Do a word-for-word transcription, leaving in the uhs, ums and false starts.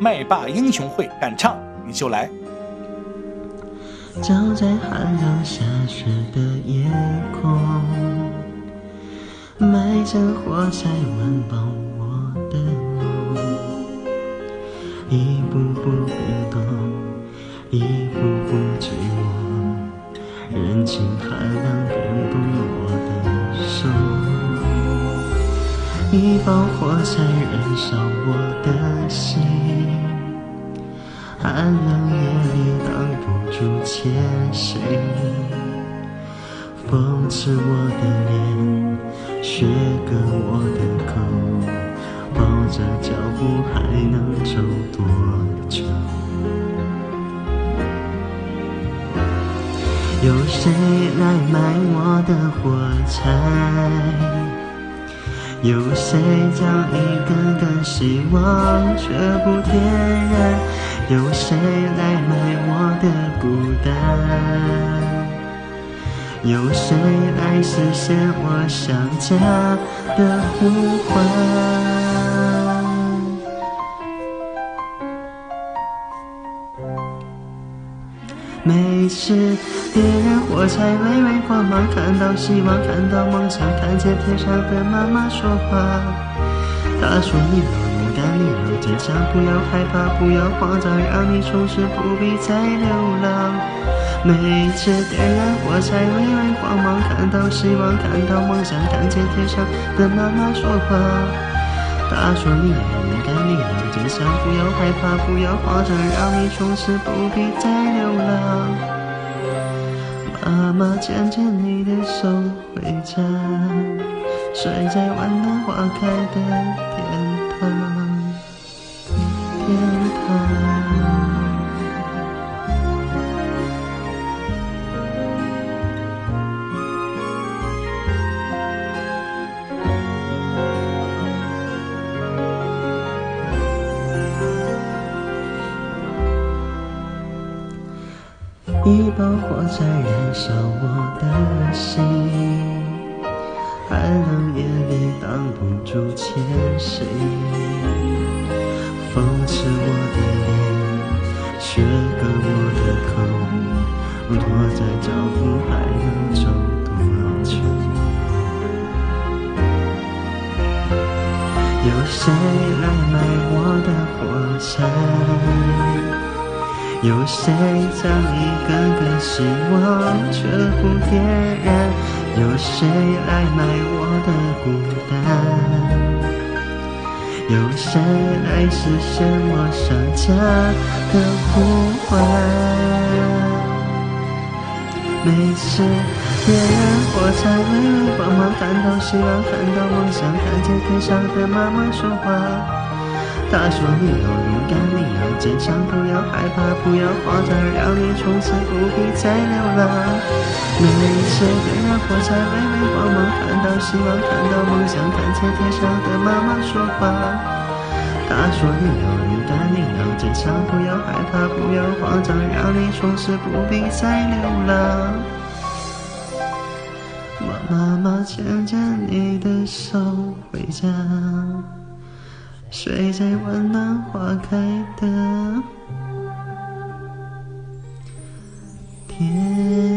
麦霸英雄会，敢唱你就来。 照在寒冷下雪的夜空，埋着火柴温饱我的梦，一步步变动，一步步寂寞，人情寒冷变动我的手，一包火柴燃烧我的心，寒冷夜里挡不住千岁，风刺我的脸，雪割我的口，抱着脚步还能走多久？有谁来买我的火柴？有谁将一根根希望却不点燃？有谁来买我的孤单？有谁来实现我想家的呼唤？每次点燃火柴，微微光芒，看到希望，看到梦想，看见天上的妈妈说话。她说你要勇敢，你要坚强，不要害怕，不要慌张，让你从此不必再流浪。每次点燃火柴，微微光芒，看到希望，看到梦想，看见天上的妈妈说话。她说你要勇敢，你要坚强，不要害怕，不要慌张，让你从此不必再流浪。妈妈牵着你的手回家，睡在温暖花开的天堂，天堂。一包火柴燃烧我的心，寒冷夜里挡不住千岁，风刺我的脸，雪割我的口，拖着脚步还能走多久？有谁来买我的火柴？有谁将一根根希望却不点燃？有谁来买我的孤单？有谁来实现我想家的呼唤？每次点燃火柴，微微光芒，看到希望，看到梦想，看见天上的妈妈说话。她说你要勇敢，你要坚强，不要害怕，不要慌张，让你从此不必再流浪。每次点燃火柴，微微光芒，看到希望，看到梦想，看见天上的妈妈说话。她说你要勇敢，你要坚强，不要害怕，不要慌张，让你从此不必再流浪。妈妈牵着你的手回家，睡在温暖花开的天